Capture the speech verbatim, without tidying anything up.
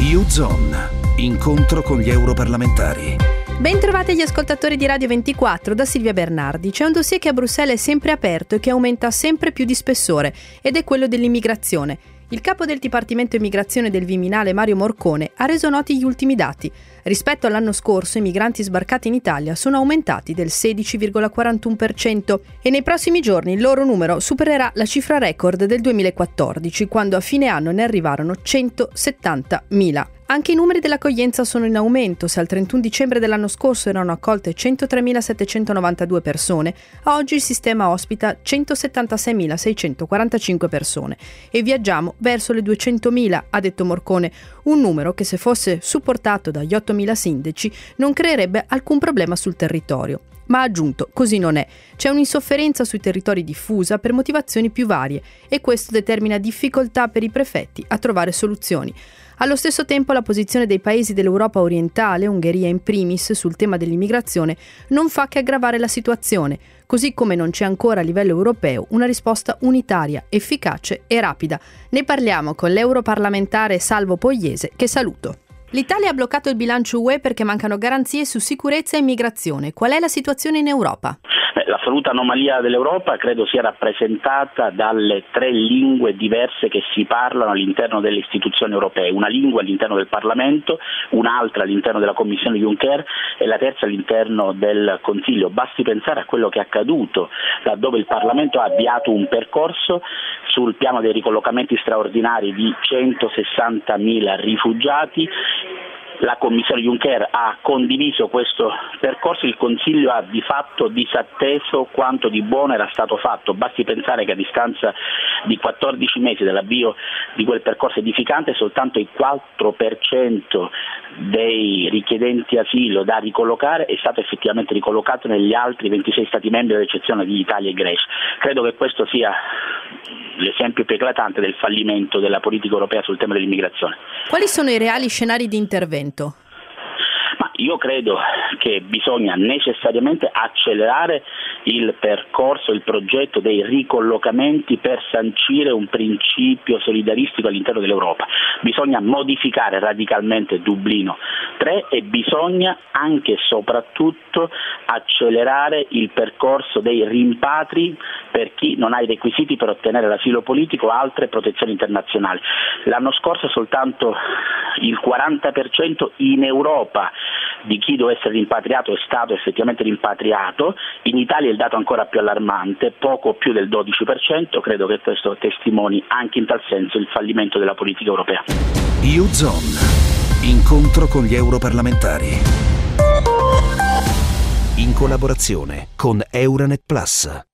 U-Zone, incontro con gli europarlamentari. Bentrovati gli ascoltatori di Radio ventiquattro da Silvia Bernardi. C'è un dossier che a Bruxelles è sempre aperto e che aumenta sempre più di spessore, ed è quello dell'immigrazione. Il capo del Dipartimento Immigrazione del Viminale, Mario Morcone, ha reso noti gli ultimi dati. Rispetto all'anno scorso, i migranti sbarcati in Italia sono aumentati del sedici virgola quarantuno per cento e nei prossimi giorni il loro numero supererà la cifra record del duemilaquattordici, quando a fine anno ne arrivarono centosettantamila. Anche i numeri dell'accoglienza sono in aumento. Se al trentuno dicembre dell'anno scorso erano accolte centotremilasettecentonovantadue persone, a oggi il sistema ospita centosettantaseimilaseicentoquarantacinque persone e viaggiamo verso le duecentomila, ha detto Morcone, un numero che se fosse supportato dagli ottomila sindaci non creerebbe alcun problema sul territorio. Ma ha aggiunto, così non è. C'è un'insofferenza sui territori diffusa per motivazioni più varie e questo determina difficoltà per i prefetti a trovare soluzioni. Allo stesso tempo la posizione dei paesi dell'Europa orientale, Ungheria in primis, sul tema dell'immigrazione non fa che aggravare la situazione, così come non c'è ancora a livello europeo una risposta unitaria, efficace e rapida. Ne parliamo con l'europarlamentare Salvo Pogliese, che saluto. L'Italia ha bloccato il bilancio U E perché mancano garanzie su sicurezza e immigrazione. Qual è la situazione in Europa? L'assoluta anomalia dell'Europa credo sia rappresentata dalle tre lingue diverse che si parlano all'interno delle istituzioni europee, una lingua all'interno del Parlamento, un'altra all'interno della Commissione Juncker e la terza all'interno del Consiglio. Basti pensare a quello che è accaduto laddove il Parlamento ha avviato un percorso sul piano dei ricollocamenti straordinari di centosessantamila rifugiati. La Commissione Juncker ha condiviso questo percorso, il Consiglio ha di fatto disatteso quanto di buono era stato fatto. Basti pensare che a distanza di quattordici mesi dall'avvio di quel percorso edificante soltanto il quattro per cento dei richiedenti asilo da ricollocare è stato effettivamente ricollocato negli altri ventisei Stati membri ad eccezione di Italia e Grecia. Credo che questo sia l'esempio più eclatante del fallimento della politica europea sul tema dell'immigrazione. Quali sono i reali scenari di intervento? Ma io credo che bisogna necessariamente accelerare il percorso, il progetto dei ricollocamenti per sancire un principio solidaristico all'interno dell'Europa. Bisogna modificare radicalmente Dublino tre e bisogna anche e soprattutto accelerare il percorso dei rimpatri per chi non ha i requisiti per ottenere l'asilo politico o altre protezioni internazionali. L'anno scorso soltanto il quaranta per cento in Europa di chi doveva essere rimpatriato è stato effettivamente rimpatriato. In Italia il dato è ancora più allarmante, poco più del dodici per cento. Credo che questo testimoni anche in tal senso il fallimento della politica europea. U-Zone, incontro con gli europarlamentari, in collaborazione con Euranet Plus.